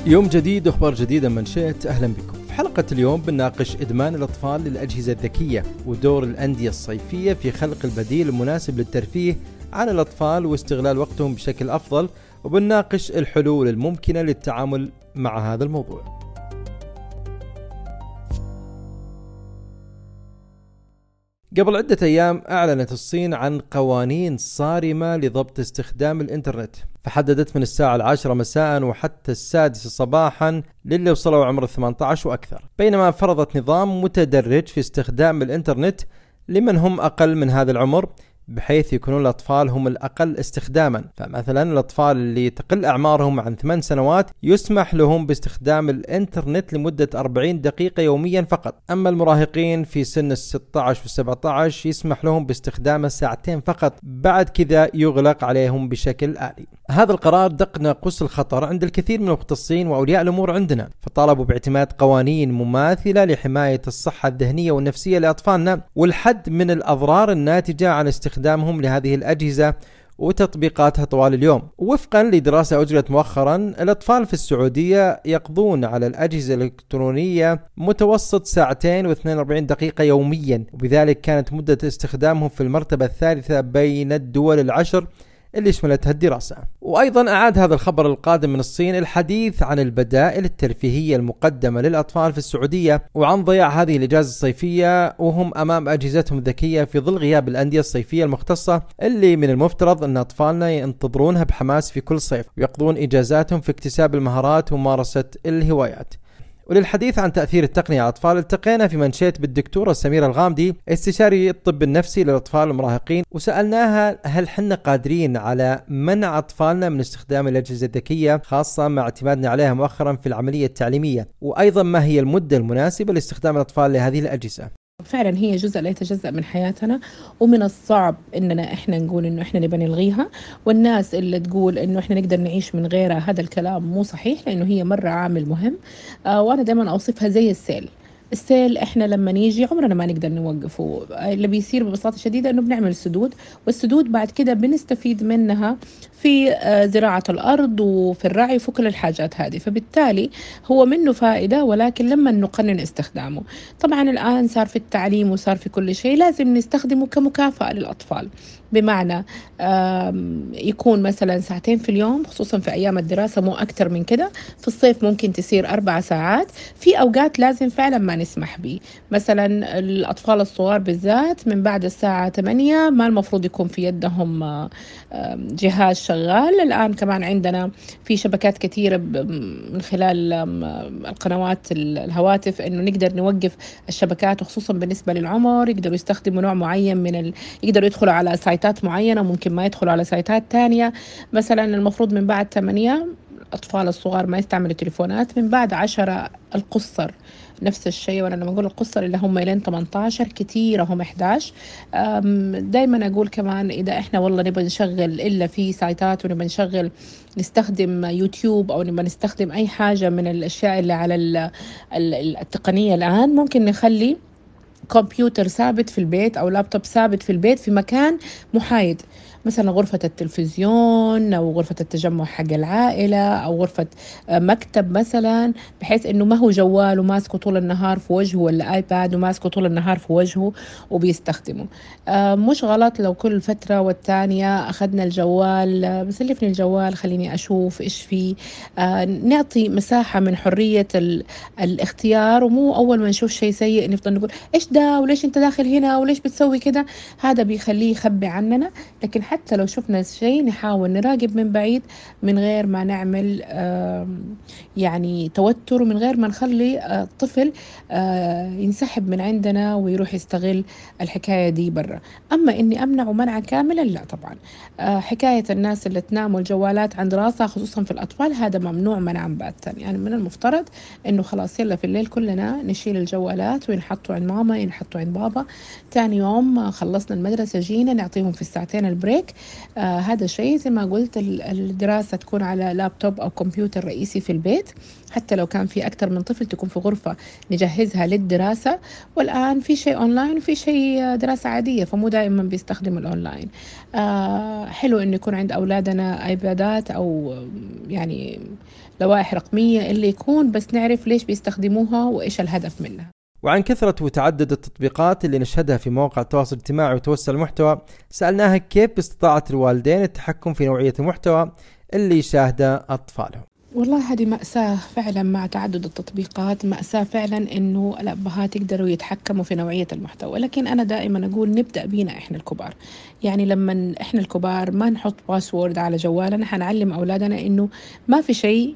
يوم جديد واخبار جديده من شئت. اهلا بكم. في حلقه اليوم بنناقش ادمان الاطفال للاجهزه الذكيه ودور الانديه الصيفيه في خلق البديل المناسب للترفيه عن الاطفال واستغلال وقتهم بشكل افضل، وبنناقش الحلول الممكنه للتعامل مع هذا الموضوع. قبل عدة أيام أعلنت الصين عن قوانين صارمة لضبط استخدام الإنترنت، فحددت من الساعة 10 مساء وحتى 6 صباحا للي وصلوا عمر 18 وأكثر، بينما فرضت نظام متدرج في استخدام الإنترنت لمن هم أقل من هذا العمر، بحيث يكونون الأطفال هم الأقل استخداما. فمثلا الأطفال اللي تقل أعمارهم عن 8 سنوات يسمح لهم باستخدام الإنترنت لمدة 40 دقيقة يوميا فقط، أما المراهقين في سن 16 و 17 يسمح لهم باستخدامه 2 ساعات فقط، بعد كذا يغلق عليهم بشكل آلي. هذا القرار دق ناقوس الخطر عند الكثير من المختصين وأولياء الأمور عندنا، فطالبوا باعتماد قوانين مماثلة لحماية الصحة الذهنية والنفسية لأطفالنا والحد من الأضرار الناتجة عن استخدامهم لهذه الأجهزة وتطبيقاتها طوال اليوم. وفقا لدراسة أجرت مؤخرا، الأطفال في السعودية يقضون على الأجهزة الإلكترونية متوسط 2 و42 دقيقة يوميا، وبذلك كانت مدة استخدامهم في المرتبة الثالثة بين الدول 10 اللي شملتها الدراسة. وأيضا أعاد هذا الخبر القادم من الصين الحديث عن البدائل الترفيهية المقدمة للأطفال في السعودية، وعن ضياع هذه الإجازة الصيفية وهم أمام أجهزتهم الذكية في ظل غياب الأندية الصيفية المختصة اللي من المفترض أن أطفالنا ينتظرونها بحماس في كل صيف، ويقضون إجازاتهم في اكتساب المهارات وممارسة الهوايات. وللحديث عن تأثير التقنية على الأطفال التقينا في منشيت بالدكتورة سميرة الغامدي، استشاري الطب النفسي للأطفال المراهقين، وسألناها هل حنا قادرين على منع أطفالنا من استخدام الأجهزة الذكية، خاصة مع اعتمادنا عليها مؤخرا في العملية التعليمية، وأيضا ما هي المدة المناسبة لاستخدام الأطفال لهذه الأجهزة. فعلا هي جزء لا يتجزأ من حياتنا، ومن الصعب اننا احنا نقول انه احنا نبى نلغيها، والناس اللي تقول انه احنا نقدر نعيش من غيرها هذا الكلام مو صحيح، لانه هي مرة عامل مهم. وانا دائما اوصفها زي السيل احنا لما نيجي عمرنا ما نقدر نوقفه. اللي بيصير ببساطة شديدة انه بنعمل سدود، والسدود بعد كده بنستفيد منها في زراعة الأرض وفي الرعي وفي كل الحاجات هذه، فبالتالي هو منه فائدة، ولكن لما نقنن استخدامه. طبعا الآن صار في التعليم وصار في كل شيء لازم نستخدمه كمكافأة للأطفال، بمعنى يكون مثلا 2 في اليوم، خصوصا في أيام الدراسة مو أكتر من كده. في الصيف ممكن تصير 4 ساعات، في أوقات لازم فعلا ما نسمح به. مثلا الأطفال الصغار بالذات من بعد الساعة 8 ما المفروض يكون في يدهم جهاز شغال. الآن كمان عندنا في شبكات كثيرة من خلال القنوات الهواتف إنه نقدر نوقف الشبكات، وخصوصا بالنسبة للعمر يقدروا يستخدموا نوع معين يقدروا يدخلوا على سايتات معينة وممكن ما يدخلوا على سايتات تانية. مثلا المفروض من بعد 8 الأطفال الصغار ما يستعملوا تليفونات، من بعد 10 القصر نفس الشيء، وانا لما اقول القصر اللي هم لين 18 كتير هم 11. دايما اقول كمان اذا احنا والله نبغى نشغل الا في سايتات ونبغى نستخدم يوتيوب او نبغى نستخدم اي حاجة من الاشياء اللي على التقنية الان، ممكن نخلي كمبيوتر ثابت في البيت أو لابتوب ثابت في البيت في مكان محايد، مثلا غرفة التلفزيون أو غرفة التجمع حق العائلة أو غرفة مكتب مثلا، بحيث إنه ما هو جوال وماسكه طول النهار في وجهه ولا آيباد وماسكه طول النهار في وجهه وبيستخدمه. مش غلط لو كل فترة والتانية أخذنا الجوال، بسلفني الجوال خليني أشوف إيش فيه. نعطي مساحة من حرية الاختيار، ومو أول ما نشوف شيء سيء نفضل نقول إيش ده وليش أنت داخل هنا وليش بتسوي كده. هذا بيخليه يخبي عننا. لكن حتى لو شفنا شيء نحاول نراقب من بعيد من غير ما نعمل يعني توتر، ومن غير ما نخلي الطفل ينسحب من عندنا ويروح يستغل الحكاية دي برا. أما إني أمنعه منعا كاملا لا طبعا. حكاية الناس اللي تناموا الجوالات عند راسها خصوصا في الأطفال هذا ممنوع منعا باتا. يعني من المفترض إنه خلاص يلا في الليل كلنا نشيل الجوالات وينحطوا عند ماما ينحطوا عند بابا، تاني يوم خلصنا المدرسة جينا نعطيهم في الساعتين البريك بريك. هذا شيء زي ما قلت، الدراسة تكون على لابتوب أو كمبيوتر رئيسي في البيت، حتى لو كان في أكثر من طفل تكون في غرفة نجهزها للدراسة. والآن في شيء أونلاين وفي شيء دراسة عادية، فمو دائما بيستخدم الأونلاين. حلو إنه يكون عند أولادنا آيبادات أو يعني لوائح رقمية اللي يكون، بس نعرف ليش بيستخدموها وإيش الهدف منها. وعن كثرة وتعدد التطبيقات اللي نشهدها في مواقع التواصل الاجتماعي وتوسع المحتوى، سألناها كيف باستطاعت الوالدين التحكم في نوعية المحتوى اللي يشاهده أطفالهم. والله هذه مأساة فعلا، مع تعدد التطبيقات مأساة فعلا إنه الأبهات يقدروا يتحكموا في نوعية المحتوى. لكن أنا دائما أقول نبدأ بينا إحنا الكبار. يعني لما إحنا الكبار ما نحط باسورد على جوالنا، حنعلم أولادنا إنه ما في شيء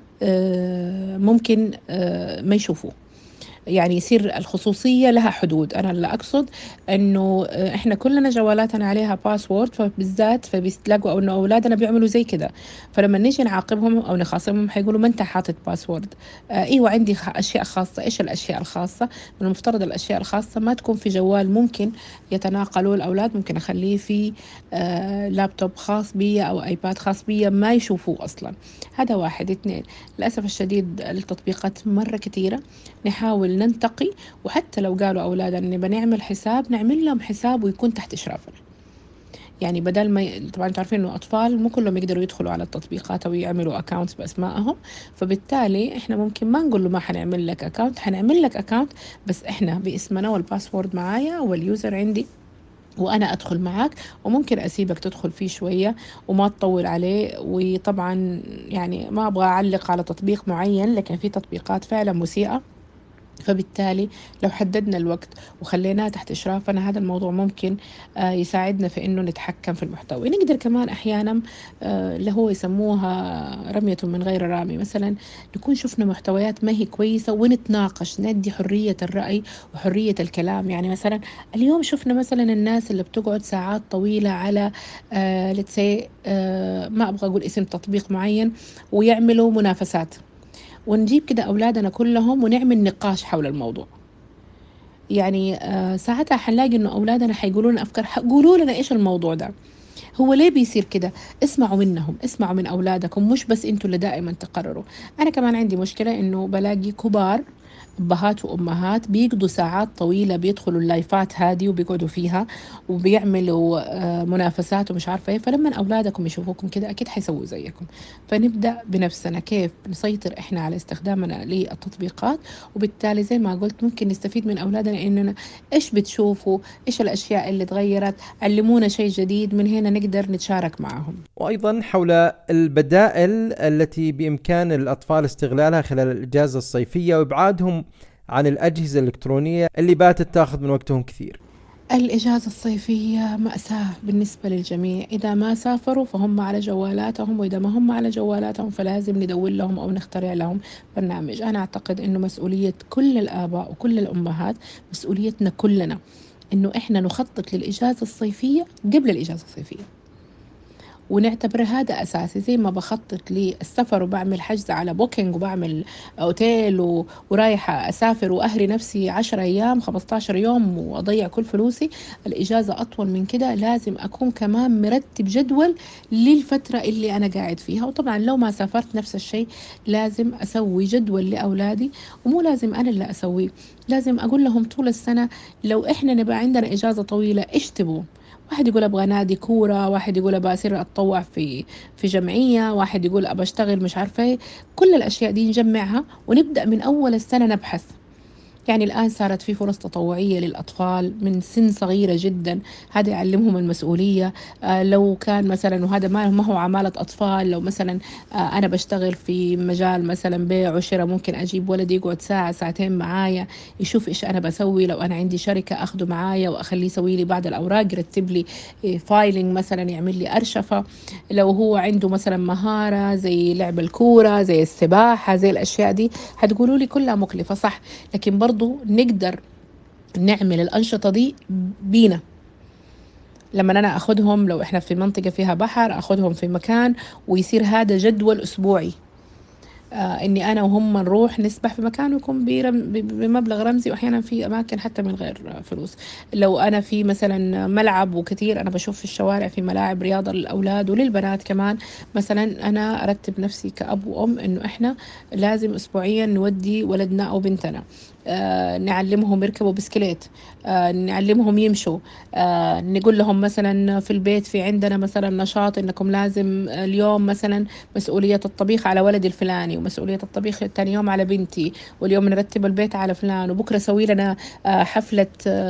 ممكن ما يشوفوه. يعني يصير الخصوصية لها حدود. أنا اللي أقصد أنه إحنا كلنا جوالاتنا عليها باسورد، فبالذات فبيتلاقوا أنه أولادنا بيعملوا زي كده، فلما نيجي نعاقبهم أو نخاصمهم حيقولوا ما أنت حاطط باسورد. أيوة عندي أشياء خاصة. إيش الأشياء الخاصة؟ من المفترض الأشياء الخاصة ما تكون في جوال ممكن يتناقلوا الأولاد. ممكن أخليه في لابتوب خاص بي أو آيباد خاص بي ما يشوفوه أصلا. هذا واحد. اثنين، للأسف الشديد التطبيقات مرة كثيرة، نحاول ننتقي. وحتى لو قالوا أولادنا نبى نعمل حساب، نعمل لهم حساب ويكون تحت إشرافنا. يعني بدل ما طبعا تعرفين إنه أطفال مو كلهم يقدروا يدخلوا على التطبيقات أو يعملوا أكاونت بأسمائهم، فبالتالي إحنا ممكن ما نقول له ما حنعمل لك أكاونت، حنعمل لك أكاونت بس إحنا باسمنا والباسورد معايا واليوزر عندي، وأنا أدخل معك، وممكن أسيبك تدخل فيه شوية وما تطول عليه. وطبعا يعني ما أبغى أعلق على تطبيق معين، لكن في تطبيقات فعلا مسيئة، فبالتالي لو حددنا الوقت وخليناه تحت إشرافنا هذا الموضوع ممكن يساعدنا في إنه نتحكم في المحتوى. نقدر كمان أحيانا اللي هو يسموها رمية من غير رامي، مثلا نكون شفنا محتويات ما هي كويسة ونتناقش، ندي حرية الرأي وحرية الكلام. يعني مثلا اليوم شفنا مثلا الناس اللي بتقعد ساعات طويلة على ما أبغى أقول اسم تطبيق معين، ويعملوا منافسات، ونجيب كده أولادنا كلهم ونعمل نقاش حول الموضوع. يعني ساعتها حنلاقي إنه أولادنا حيقولوا لنا أفكار، قولوا لنا إيش الموضوع ده، هو ليه بيصير كده. اسمعوا منهم، اسمعوا من أولادكم، مش بس أنتوا اللي دائما تقرروا. أنا كمان عندي مشكلة إنه بلاقي كبار أبهات وأمهات بيقضوا ساعات طويلة بيدخلوا اللايفات هذه وبيقعدوا فيها وبيعملوا منافسات ومش عارفة إيه. فلما أولادكم يشوفوكم كده أكيد حيسووا زيكم. فنبدأ بنفسنا كيف نسيطر إحنا على استخدامنا للتطبيقات، وبالتالي زي ما قلت ممكن نستفيد من أولادنا إننا إيش بتشوفوا، إيش الأشياء اللي تغيرت، علمونا شيء جديد، من هنا نقدر نتشارك معهم. وأيضا حول البدائل التي بإمكان الأطفال استغلالها خلال الإجازة الصيفية وإبعادهم عن الأجهزة الإلكترونية اللي باتت تأخذ من وقتهم كثير. الإجازة الصيفية مأساة بالنسبة للجميع. إذا ما سافروا فهم على جوالاتهم، وإذا ما هم على جوالاتهم فلازم ندور لهم أو نخترع لهم برنامج. أنا أعتقد إنه مسؤولية كل الآباء وكل الأمهات، مسؤوليتنا كلنا، إنه إحنا نخطط للإجازة الصيفية قبل الإجازة الصيفية، ونعتبر هذا أساسي. زي ما بخطط للسفر وبعمل حجز على بوكينج وبعمل أوتيل ورايحة أسافر وأهري نفسي 10 أيام 15 يوم وأضيع كل فلوسي، الإجازة أطول من كده. لازم أكون كمان مرتب جدول للفترة اللي أنا قاعد فيها. وطبعا لو ما سافرت نفس الشيء لازم أسوي جدول لأولادي، ومو لازم أنا اللي أسويه، لازم أقول لهم طول السنة لو إحنا نبقى عندنا إجازة طويلة إيش تبغوا. واحد يقول أبغى نادي كورة، واحد يقول أبغى أصير أتطوع في جمعية، واحد يقول أبغى أشتغل مش عارفة إيه. كل الأشياء دي نجمعها ونبدأ من أول السنة نبحث. يعني الآن صارت في فرص تطوعية للأطفال من سن صغيرة جدا، هذا يعلمهم المسؤولية. لو كان مثلا، وهذا ما هو عمالة أطفال، لو مثلا أنا بشتغل في مجال مثلا بيع وشراء، ممكن أجيب ولدي يقعد ساعة ساعتين معايا يشوف إيش أنا بسوي. لو أنا عندي شركة أخده معايا وأخليه يسوي لي بعض الأوراق، يرتب لي فايلينج مثلا، يعمل لي أرشفة. لو هو عنده مثلا مهارة زي لعب الكورة زي السباحة زي الأشياء دي، هتقولوا لي كلها مكلفة صح، لكن برضو نقدر نعمل الأنشطة دي بينا. لما أنا أخذهم، لو إحنا في منطقة فيها بحر، أخذهم في مكان ويصير هذا جدول أسبوعي. إني أنا وهم نروح نسبح في مكان ويكون بمبلغ رمزي، وأحيانا في أماكن حتى من غير فلوس. لو أنا في مثلا ملعب، وكثير أنا بشوف في الشوارع في ملاعب رياضة للأولاد وللبنات كمان، مثلا أنا أرتب نفسي كأب وأم إنه إحنا لازم أسبوعيا نودي ولدنا أو بنتنا، نعلمهم يركبوا بسكليت، نعلمهم يمشوا، نقول لهم مثلا في البيت في عندنا مثلا نشاط انكم لازم اليوم مثلا مسؤولية الطبيخ على ولدي الفلاني، ومسؤولية الطبيخ تاني يوم على بنتي، واليوم نرتب البيت على فلان، وبكرة سوي لنا حفلة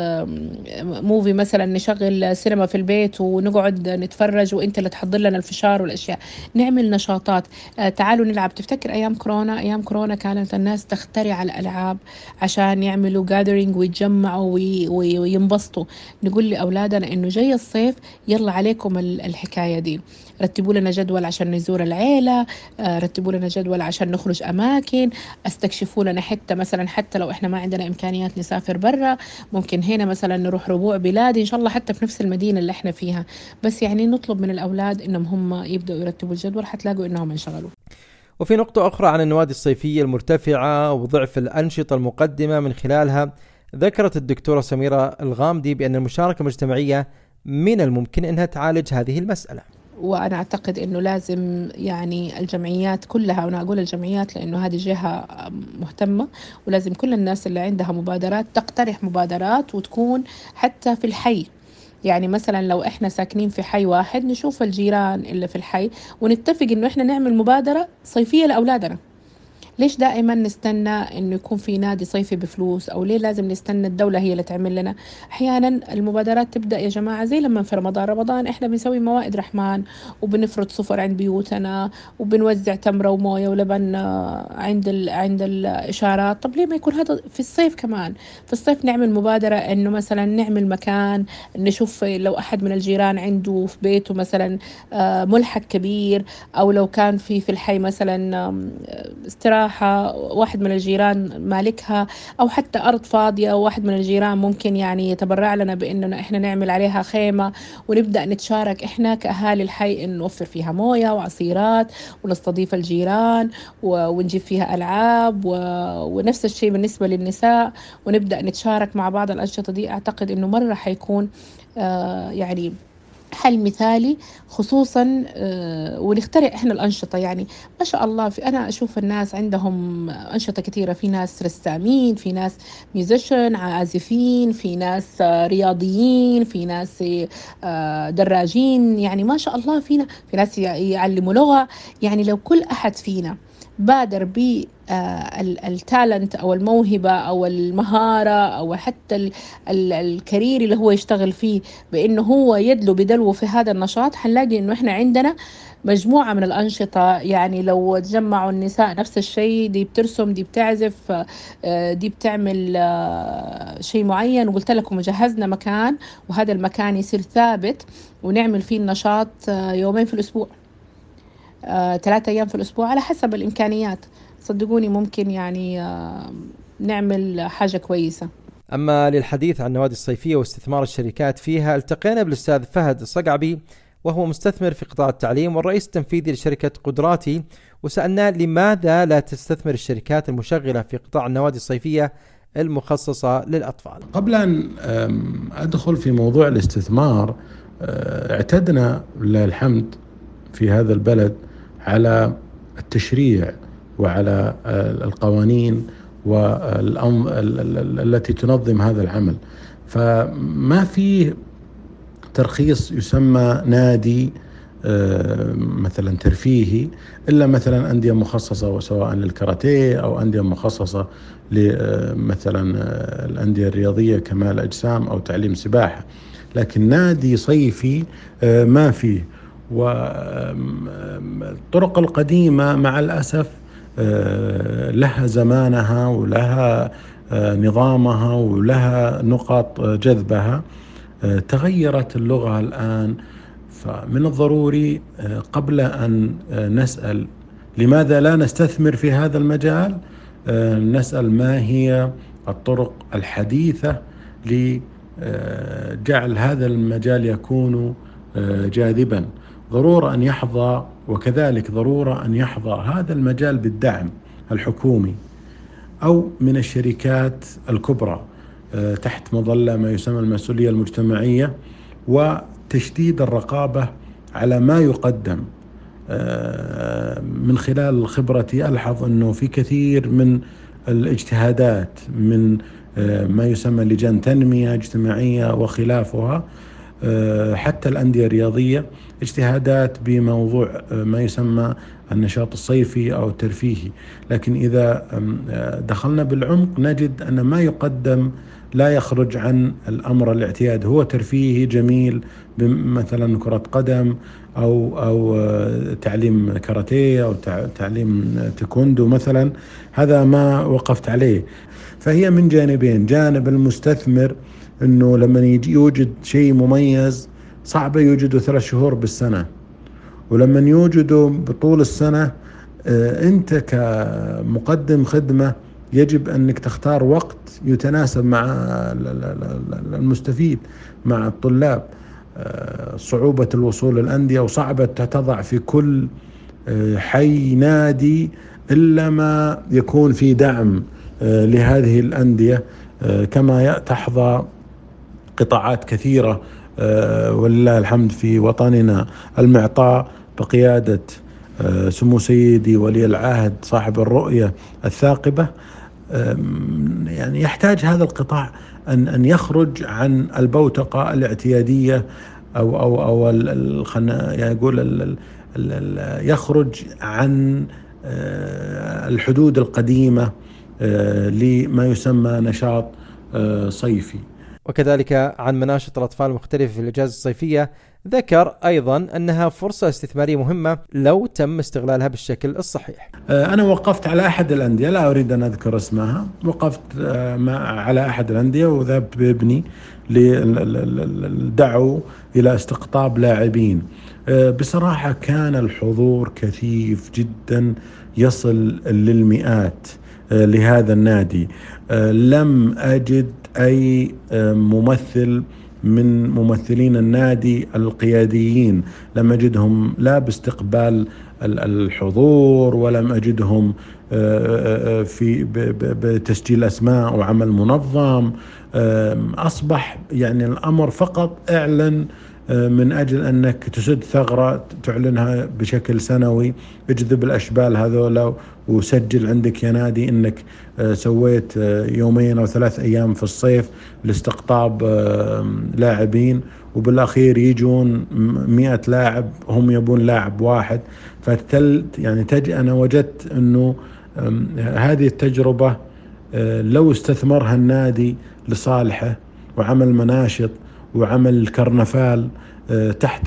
موفي مثلا، نشغل سينما في البيت ونقعد نتفرج وانت اللي تحضر لنا الفشار والاشياء، نعمل نشاطات. تعالوا نلعب. تفتكر ايام كورونا كانت الناس تخترع الالعاب عشان يعملوا جاذرينج ويتجمعوا وينبسطوا. نقول لأولادنا إنه جاي الصيف، يلا عليكم الحكاية دي، رتبوا لنا جدول عشان نزور العيلة، رتبوا لنا جدول عشان نخرج أماكن، استكشفوا لنا حتة مثلا، حتى لو إحنا ما عندنا إمكانيات نسافر برا، ممكن هنا مثلا نروح ربوع بلاد إن شاء الله حتى في نفس المدينة اللي إحنا فيها. بس يعني نطلب من الأولاد إنهم هم يبدأوا يرتبوا الجدول، حتلاقوا إنهم انشغلوا. وفي نقطة أخرى عن النوادي الصيفية المرتفعة وضعف الأنشطة المقدمة من خلالها، ذكرت الدكتورة سميرة الغامدي بأن المشاركة المجتمعية من الممكن أنها تعالج هذه المسألة. وأنا أعتقد أنه لازم يعني الجمعيات كلها، وأنا أقول الجمعيات لأنه هذه جهة مهتمة، ولازم كل الناس اللي عندها مبادرات تقترح مبادرات وتكون حتى في الحي. يعني مثلا لو احنا ساكنين في حي واحد، نشوف الجيران اللي في الحي ونتفق انه احنا نعمل مبادرة صيفية لأولادنا. ليش دائما نستنى انه يكون في نادي صيفي بفلوس؟ او ليه لازم نستنى الدولة هي اللي تعمل لنا؟ احيانا المبادرات تبدأ يا جماعة زي لما في رمضان احنا بنسوي موائد رحمن، وبنفرض صفر عند بيوتنا، وبنوزع تمرة وموية ولبن عند الإشارات. طب ليه ما يكون هذا في الصيف كمان؟ في الصيف نعمل مبادرة انه مثلا نعمل مكان، نشوف لو احد من الجيران عنده في بيته مثلا ملحق كبير، او لو كان في الحي مثلا استراحة واحد من الجيران مالكها، أو حتى أرض فاضية واحد من الجيران ممكن يعني يتبرع لنا بأننا إحنا نعمل عليها خيمة، ونبدأ نتشارك إحنا كأهالي الحي إن نوفر فيها موية وعصيرات، ونستضيف الجيران ونجيب فيها ألعاب، ونفس الشيء بالنسبة للنساء، ونبدأ نتشارك مع بعض الأنشطة دي. أعتقد إنه مرة حيكون يعني حل مثالي، خصوصا ونخترع احنا الأنشطة. يعني ما شاء الله أنا أشوف الناس عندهم أنشطة كثيرة، في ناس رسامين، في ناس ميوزيشن عازفين، في ناس رياضيين، في ناس دراجين، يعني ما شاء الله في ناس يعلموا لغة. يعني لو كل أحد فينا بادر بالتالنت أو الموهبة أو المهارة أو حتى الكارير اللي هو يشتغل فيه، بأنه هو يدلو بدلو في هذا النشاط، حنلاقي أنه إحنا عندنا مجموعة من الأنشطة. يعني لو تجمعوا النساء نفس الشيء، دي بترسم، دي بتعزف، دي بتعمل شيء معين، وقلت لكم جهزنا مكان، وهذا المكان يصير ثابت ونعمل فيه النشاط يومين في الأسبوع، 3 أيام في الأسبوع على حسب الإمكانيات. صدقوني ممكن يعني نعمل حاجة كويسة. أما للحديث عن النوادي الصيفية واستثمار الشركات فيها، التقينا بالأستاذ فهد الصقعبي، وهو مستثمر في قطاع التعليم والرئيس التنفيذي لشركة قدراتي، وسألناه لماذا لا تستثمر الشركات المشغلة في قطاع النوادي الصيفية المخصصة للأطفال. قبل أن أدخل في موضوع الاستثمار، اعتدنا لله الحمد في هذا البلد على التشريع وعلى القوانين التي تنظم هذا العمل، فما في ترخيص يسمى نادي مثلا ترفيهي إلا مثلا أندية مخصصة، وسواء للكاراتيه أو أندية مخصصة لمثلا الأندية الرياضية كمال أجسام أو تعليم سباحة، لكن نادي صيفي ما فيه. والطرق القديمة مع الأسف لها زمانها ولها نظامها ولها نقاط جذبها. تغيرت اللغة الآن، فمن الضروري قبل أن نسأل لماذا لا نستثمر في هذا المجال، نسأل ما هي الطرق الحديثة لجعل هذا المجال يكون جاذبا. ضرورة أن يحظى وكذلك ضرورة أن يحظى هذا المجال بالدعم الحكومي أو من الشركات الكبرى تحت مظلة ما يسمى المسؤولية المجتمعية، وتشديد الرقابة على ما يقدم. من خلال خبرتي ألحظ أنه في كثير من الاجتهادات من ما يسمى لجان تنمية اجتماعية وخلافها، حتى الأندية الرياضية، اجتهادات بموضوع ما يسمى النشاط الصيفي أو الترفيهي، لكن إذا دخلنا بالعمق نجد أن ما يقدم لا يخرج عن الأمر الاعتيادي، هو ترفيهي جميل، مثلا كرة قدم أو تعليم كاراتيه أو تعليم تايكوندو مثلا، هذا ما وقفت عليه. فهي من جانبين، جانب المستثمر أنه لما يوجد شيء مميز صعب يوجده 3 شهور بالسنة، ولما يوجده بطول السنة أنت كمقدم خدمة يجب أنك تختار وقت يتناسب مع المستفيد، مع الطلاب. صعوبة الوصول للأندية وصعبة تضع في كل حي نادي إلا ما يكون في دعم لهذه الأندية، كما تحظى قطاعات كثيرة ولله الحمد في وطننا المعطاء بقيادة سمو سيدي ولي العهد صاحب الرؤية الثاقبة. يعني يحتاج هذا القطاع أن يخرج عن البوتقة الاعتيادية أو يعني يقول يخرج عن الحدود القديمة لما يسمى نشاط صيفي. وكذلك عن مناشط الأطفال المختلفة في الإجازة الصيفية، ذكر أيضا أنها فرصة استثمارية مهمة لو تم استغلالها بالشكل الصحيح. أنا وقفت على أحد الأندية، لا أريد أن أذكر اسمها، وقفت على أحد الأندية وذهبت بابني للدعو إلى استقطاب لاعبين. بصراحة كان الحضور كثيف جدا يصل للمئات لهذا النادي. لم أجد أي ممثل من ممثلين النادي القياديين، لم أجدهم لا باستقبال الحضور، ولم أجدهم في بتسجيل أسماء وعمل منظم. أصبح يعني الأمر فقط اعلن من أجل أنك تسد ثغرة تعلنها بشكل سنوي، اجذب الأشبال هذولا وسجل عندك يا نادي أنك سويت 2 أو 3 أيام في الصيف لاستقطاب لاعبين، وبالأخير يجون 100 لاعب هم يبون لاعب واحد. يعني أنا وجدت أنه هذه التجربة لو استثمرها النادي لصالحه وعمل مناشط وعمل كرنفال تحت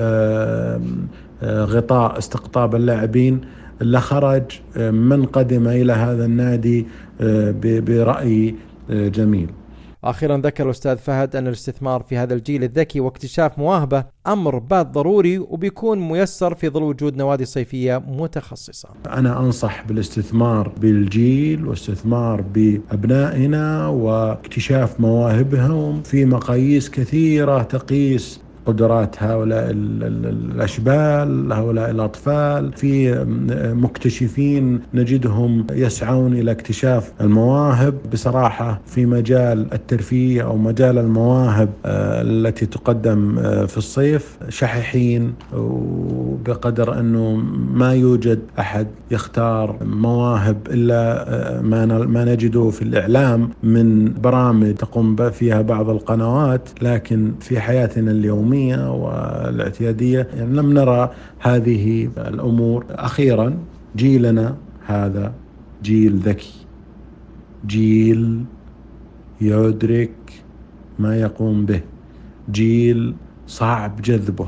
غطاء استقطاب اللاعبين، لخرج من قدم إلى هذا النادي برأي جميل. أخيرا ذكر الأستاذ فهد أن الاستثمار في هذا الجيل الذكي واكتشاف مواهبه أمر بعد ضروري، وبيكون ميسر في ظل وجود نوادي صيفية متخصصة. أنا أنصح بالاستثمار بالجيل واستثمار بأبنائنا واكتشاف مواهبهم في مقاييس كثيرة تقيس قدرات هؤلاء الأشبال، هؤلاء الأطفال. في مكتشفين نجدهم يسعون إلى اكتشاف المواهب. بصراحة في مجال الترفيه أو مجال المواهب التي تقدم في الصيف شحيحين، وبقدر أنه ما يوجد أحد يختار مواهب إلا ما نجده في الإعلام من برامج تقوم فيها بعض القنوات، لكن في حياتنا اليومية والاعتيادية يعني لم نرى هذه الأمور. أخيرا جيلنا هذا جيل ذكي، جيل يدرك ما يقوم به، جيل صعب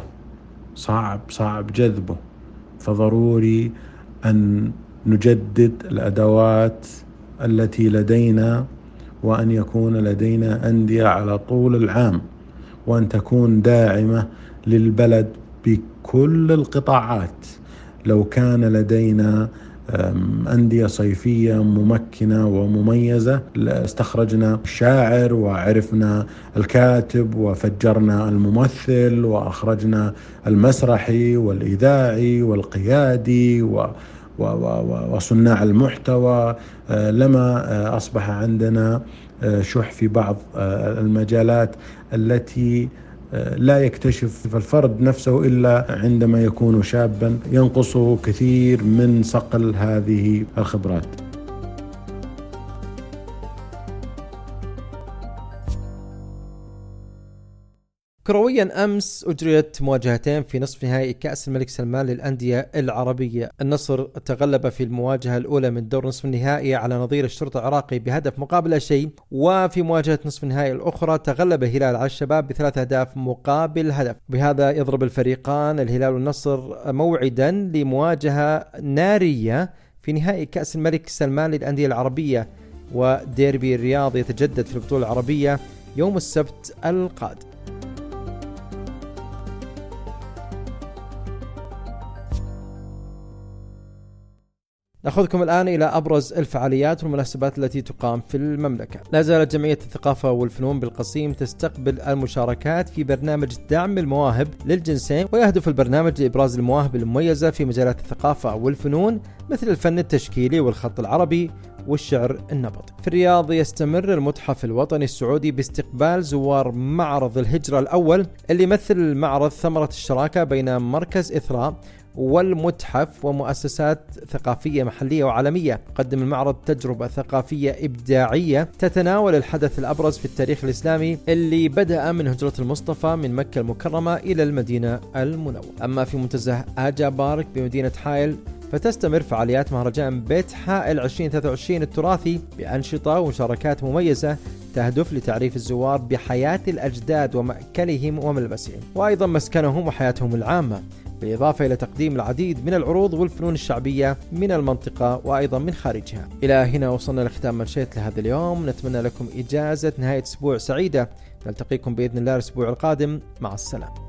جذبه، فضروري أن نجدد الأدوات التي لدينا، وأن يكون لدينا أندية على طول العام، وأن تكون داعمة للبلد بكل القطاعات. لو كان لدينا أندية صيفية ممكنة ومميزة. استخرجنا الشاعر وعرفنا الكاتب وفجرنا الممثل وأخرجنا المسرحي والإذاعي والقيادي وصناع المحتوى. لما أصبح عندنا شح في بعض المجالات التي لا يكتشف الفرد نفسه إلا عندما يكون شابا، ينقصه كثير من صقل هذه الخبرات. كرويا أمس أجريت مواجهتين في نصف نهائي كأس الملك سلمان للأندية العربية. النصر تغلب في المواجهة الأولى من دور نصف النهائي على نظير الشرطة العراقي بهدف مقابل لا شيء، وفي مواجهة نصف النهائي الأخرى تغلب الهلال على الشباب ب3 أهداف مقابل هدف. بهذا يضرب الفريقان الهلال والنصر موعدا لمواجهة نارية في نهائي كأس الملك سلمان للأندية العربية، وديربي الرياض يتجدد في البطولة العربية يوم السبت القادم. نأخذكم الآن إلى أبرز الفعاليات والمناسبات التي تقام في المملكة. لا زالت جمعية الثقافة والفنون بالقصيم تستقبل المشاركات في برنامج دعم المواهب للجنسين، ويهدف البرنامج لإبراز المواهب المميزة في مجالات الثقافة والفنون مثل الفن التشكيلي والخط العربي والشعر النبطي. في الرياض يستمر المتحف الوطني السعودي باستقبال زوار معرض الهجرة الأول اللي يمثل معرض ثمرة الشراكة بين مركز إثراء والمتحف ومؤسسات ثقافية محلية وعالمية. قدم المعرض تجربة ثقافية إبداعية تتناول الحدث الأبرز في التاريخ الإسلامي اللي بدأ من هجرة المصطفى من مكة المكرمة إلى المدينة المنورة. أما في منتزه آجا بارك بمدينة حائل فتستمر فعاليات مهرجان بيت حائل 2023 التراثي بأنشطة ومشاركات مميزة تهدف لتعريف الزوار بحياة الأجداد ومأكلهم وملبسهم، وأيضا مسكنهم وحياتهم العامة، بالإضافة إلى تقديم العديد من العروض والفنون الشعبية من المنطقة وأيضا من خارجها. إلى هنا وصلنا لختام منشيت لهذا اليوم. نتمنى لكم إجازة نهاية أسبوع سعيدة. نلتقيكم بإذن الله الأسبوع القادم. مع السلامة.